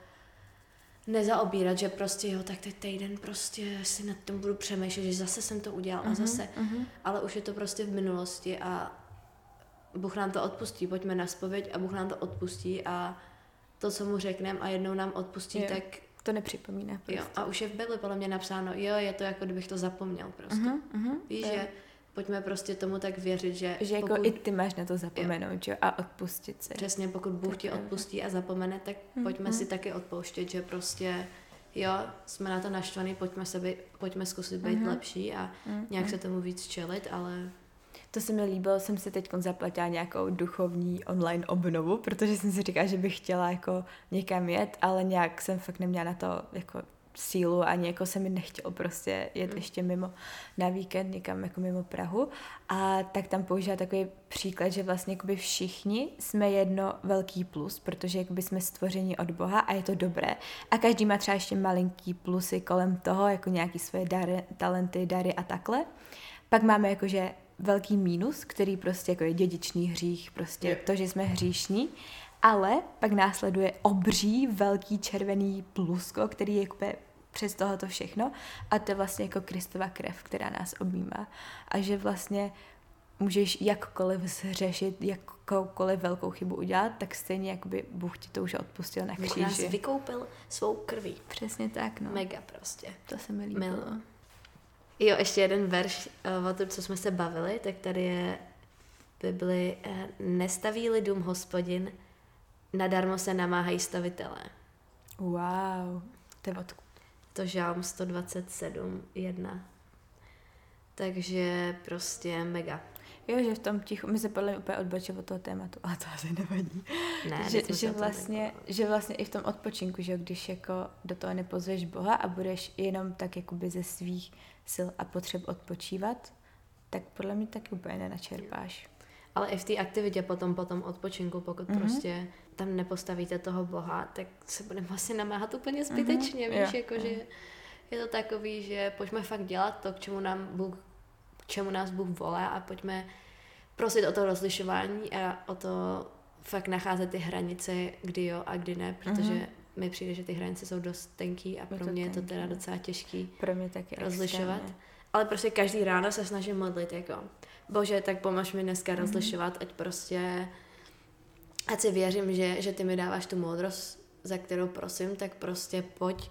nezaobírat, že prostě jo, tak teď týden prostě si nad tím budu přemýšlet, že zase jsem to udělal a zase, ale už je to prostě v minulosti a Bůh nám to odpustí, pojďme na zpověď a Bůh nám to odpustí a to, co mu řekneme a jednou nám odpustí, tak... To nepřipomíná prostě. Jo, a už je v Bibli podle mě napsáno, jo, je to jako kdybych to zapomněl prostě. Víš, že pojďme prostě tomu tak věřit, že jako pokud... i ty máš na to zapomenout, jo, a odpustit si. Přesně, pokud Bůh ti odpustí a zapomene, tak pojďme si taky odpouštět, že prostě jo, jsme na to naštvaný, pojďme zkusit být lepší a nějak se tomu víc čelit, ale... To se mi líbilo, jsem si teď zaplatila nějakou duchovní online obnovu, protože jsem si říkala, že bych chtěla jako někam jet, ale nějak jsem fakt neměla na to jako sílu, ani jako se mi nechtělo prostě jet ještě mimo na víkend někam jako mimo Prahu a tak tam použila takový příklad, že vlastně jakoby všichni jsme jedno velký plus, protože jakoby jsme stvoření od Boha a je to dobré a každý má třeba ještě malinký plusy kolem toho, jako nějaký svoje talenty, dary a takhle. Pak máme jakože velký mínus, který prostě jako je dědičný hřích, prostě to, že jsme hříšní, ale pak následuje obří velký červený plusko, který je jakoby přes tohoto všechno a to je vlastně jako Kristova krev, která nás objímá a že vlastně můžeš jakkoliv zřešit, jakoukoliv velkou chybu udělat, tak stejně jakoby Bůh ti to už odpustil na kříži. Bůh nás vykoupil svou krví. Přesně tak, no. Mega prostě. To se mi líbilo. Jo, ještě jeden verš o tom, co jsme se bavili, tak tady je Bibli, nestaví-li dům Hospodin, nadarmo se namáhají stavitelé. Wow, to je odkud? To Žálm 127:1. Takže prostě mega. Jo, že v tom tichu, my se podle mě úplně odbočili od toho tématu, ale to asi nevadí. Ne, že vlastně i v tom odpočinku, že když jako do toho nepozveš Boha a budeš jenom tak jakoby ze svých sil a potřeb odpočívat, tak podle mě taky úplně nenačerpáš. Ale i v té aktivitě potom odpočinku, pokud prostě tam nepostavíte toho Boha, tak se budeme asi namáhat úplně zbytečně, víš, jakože je to takový, že pojďme fakt dělat to, k čemu nás Bůh volá a pojďme prosit o to rozlišování a o to fakt nacházet ty hranice, kdy jo a kdy ne, protože mi přijde, že ty hranice jsou dost tenký a pro mě je to teda docela těžký pro mě taky rozlišovat. Extrémně. Ale prostě každý ráno se snažím modlit, jako Bože, tak pomož mi dneska rozlišovat, ať si věřím, že ty mi dáváš tu moudrost, za kterou prosím, tak prostě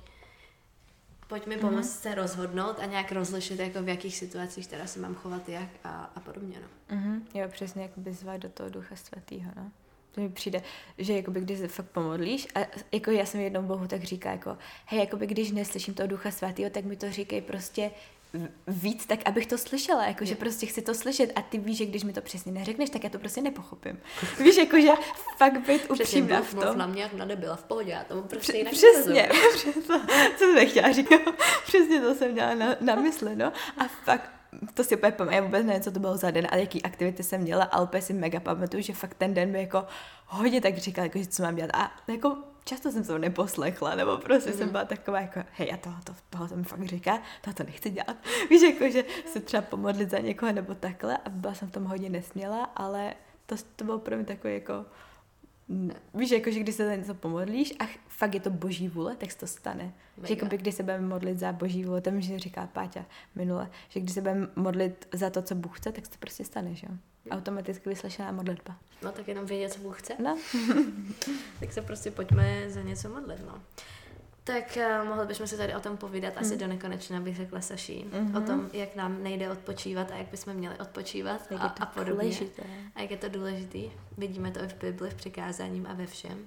pojď mi pomoct se rozhodnout a nějak rozlišit, jako v jakých situacích teda se mám chovat jak a podobně, no. Jo, přesně, jakoby zvát do toho Ducha Svatýho, no. To mi přijde, že jakoby když se fakt pomodlíš a jako já jsem jednou Bohu tak říká jako, hej, jakoby když neslyším toho Ducha Svatýho, tak mi to říkej prostě víc, tak abych to slyšela, jakože prostě chci to slyšet a ty víš, že když mi to přesně neřekneš, tak já to prostě nepochopím. Víš, jakože fakt být upřímná v tom. Přesně, na mě jak nadebila v pohodě, já tomu prostě jinak přesně, co jsem nechtěla říkat, přesně to jsem měla na mysli, no. A fakt to si úplně pamatuju, já vůbec nevím, co to bylo za den, ale jaký aktivity jsem měla, ale úplně si mega pamatuju, že fakt ten den mi jako hodně tak říkal, jako, že co mám dělat a jako často jsem to neposlechla, nebo prostě jsem byla taková jako, hej, a tohle mi fakt říká, to nechci dělat. Víš, jako, že se třeba pomodlit za někoho nebo takhle a byla jsem v tom hodně nesměla, ale to bylo pro mě takový jako, víš, jako, že když se za něco pomodlíš a fakt je to boží vůle, tak se to stane. Že jako když se budeme modlit za boží vůle, to mi říká Páťa minule, že když se budeme modlit za to, co Bůh chce, tak se to prostě stane, že jo? Automaticky vyslyšená modlitba. No tak jenom vědět, co Bůh chce. No. Tak se prostě pojďme za něco modlit, no. Tak mohli bychom se tady o tom povídat asi do nekonečna, bych řekla Saši. O tom, jak nám nejde odpočívat a jak bychom měli odpočívat a podobně. Důležité. A jak je to důležitý. Vidíme to i v Bibli, v přikázáním a ve všem.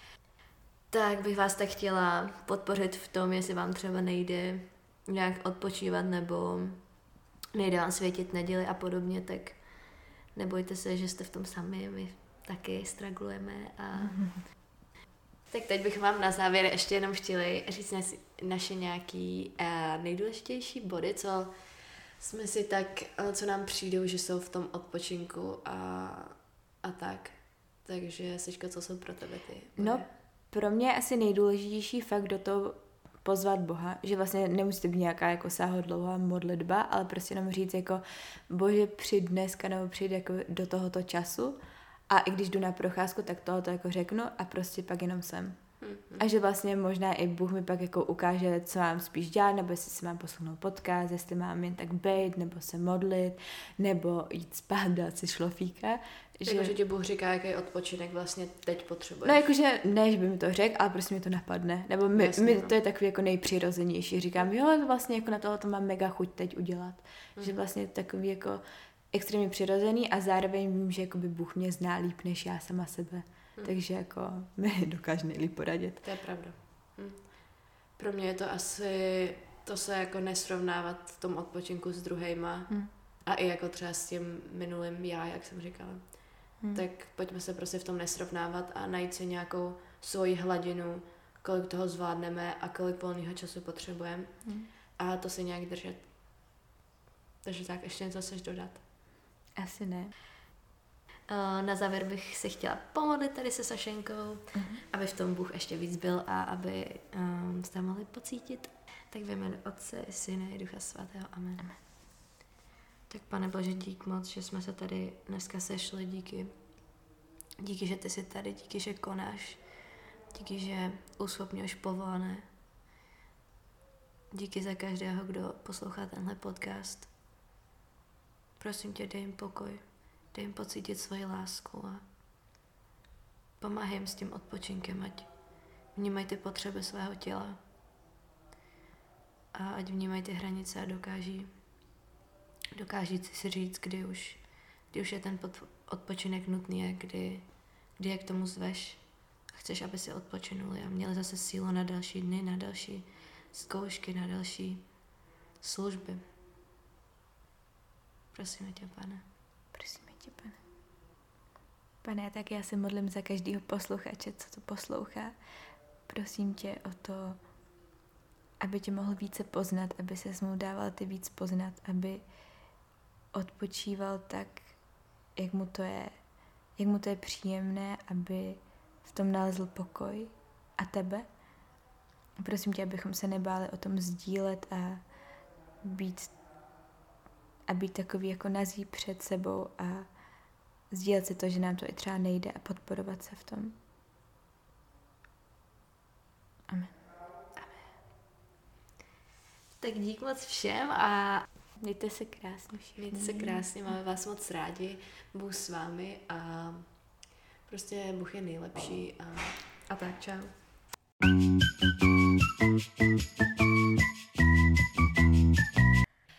Tak bych vás tak chtěla podpořit v tom, jestli vám třeba nejde nějak odpočívat nebo nejde vám světit neděli a podobně, tak nebojte se, že jste v tom sami, my taky strugglujeme a... Tak teď bych vám na závěr ještě jenom chtěli říct naše nějaký nejdůležitější body, co jsme si tak, co nám přijdou, že jsou v tom odpočinku a tak. Takže Sečko, co jsou pro tebe ty body? No, pro mě je asi nejdůležitější fakt do toho pozvat Boha, že vlastně nemusí být nějaká jako sáhodlouhá modlitba, ale prostě jenom říct jako Bože, přijď dneska nebo přijď jako do tohoto času a i když jdu na procházku, tak tohoto jako řeknu a prostě pak jenom jsem. A že vlastně možná i Bůh mi pak jako ukáže, co mám spíš dělat, nebo jestli si mám poslechnout podcast, jestli mám jen tak bejt, nebo se modlit, nebo jít spát, dát si šlofíka. Že ti Bůh říká, jaký odpočinek vlastně teď potřebuješ. No jakože ne, že by mi to řekl, ale prostě mi to napadne. Nebo to je takový jako nejpřirozenější. Říkám, jo, vlastně jako na tohle to mám mega chuť teď udělat. Že vlastně takový jako extrémně přirozený a zároveň vím, že jakoby Bůh mě zná líp než já sama sebe. Takže jako mi dokáže nejlíp poradit. To je pravda. Pro mě je to asi to se jako nesrovnávat v tom odpočinku s druhejma a i jako třeba s tím minulým já, jak jsem říkala. Tak pojďme se prostě v tom nesrovnávat a najít si nějakou svoji hladinu, kolik toho zvládneme a kolik volného času potřebujeme a to si nějak držet. Takže tak, ještě něco chceš dodat? Asi ne. Na závěr bych se chtěla pomodlit tady se Sašenkou, aby v tom Bůh ještě víc byl a aby jste mohli pocítit. Tak ve jménu Otce, Syna i Ducha Svatého. Amen. Amen. Tak Pane Bože, dík moc, že jsme se tady dneska sešli. Díky, že ty jsi tady, díky, že konáš. Díky, že uschopňuješ povolané. Díky za každého, kdo poslouchá tenhle podcast. Prosím tě, dej jim pokoj. Dej jim pocítit svoji lásku a pomáhej jim s tím odpočinkem, ať vnímají ty potřeby svého těla a ať vnímají ty hranice a dokáží dokáží si říct, kdy už je ten odpočinek nutný, kdy je k tomu zveš a chceš, aby si odpočinuli a měli zase sílu na další dny, na další zkoušky, na další služby. Prosíme tě, Pane. Prosíme tě, Pane. Pane, tak já se modlím za každého posluchače, co to poslouchá. Prosím tě o to, aby tě mohl více poznat, aby ses mu dával ty víc poznat, aby odpočíval tak, jak mu to je příjemné, aby v tom nalezl pokoj a tebe. Prosím tě, abychom se nebáli o tom sdílet a být takový jako nazí před sebou a sdílet si to, že nám to i třeba nejde a podporovat se v tom. Amen. Tak dík moc všem a mějte se krásně všichni. Mějte se krásně, máme vás moc rádi, Bůh s vámi a prostě Bůh je nejlepší a tak čau.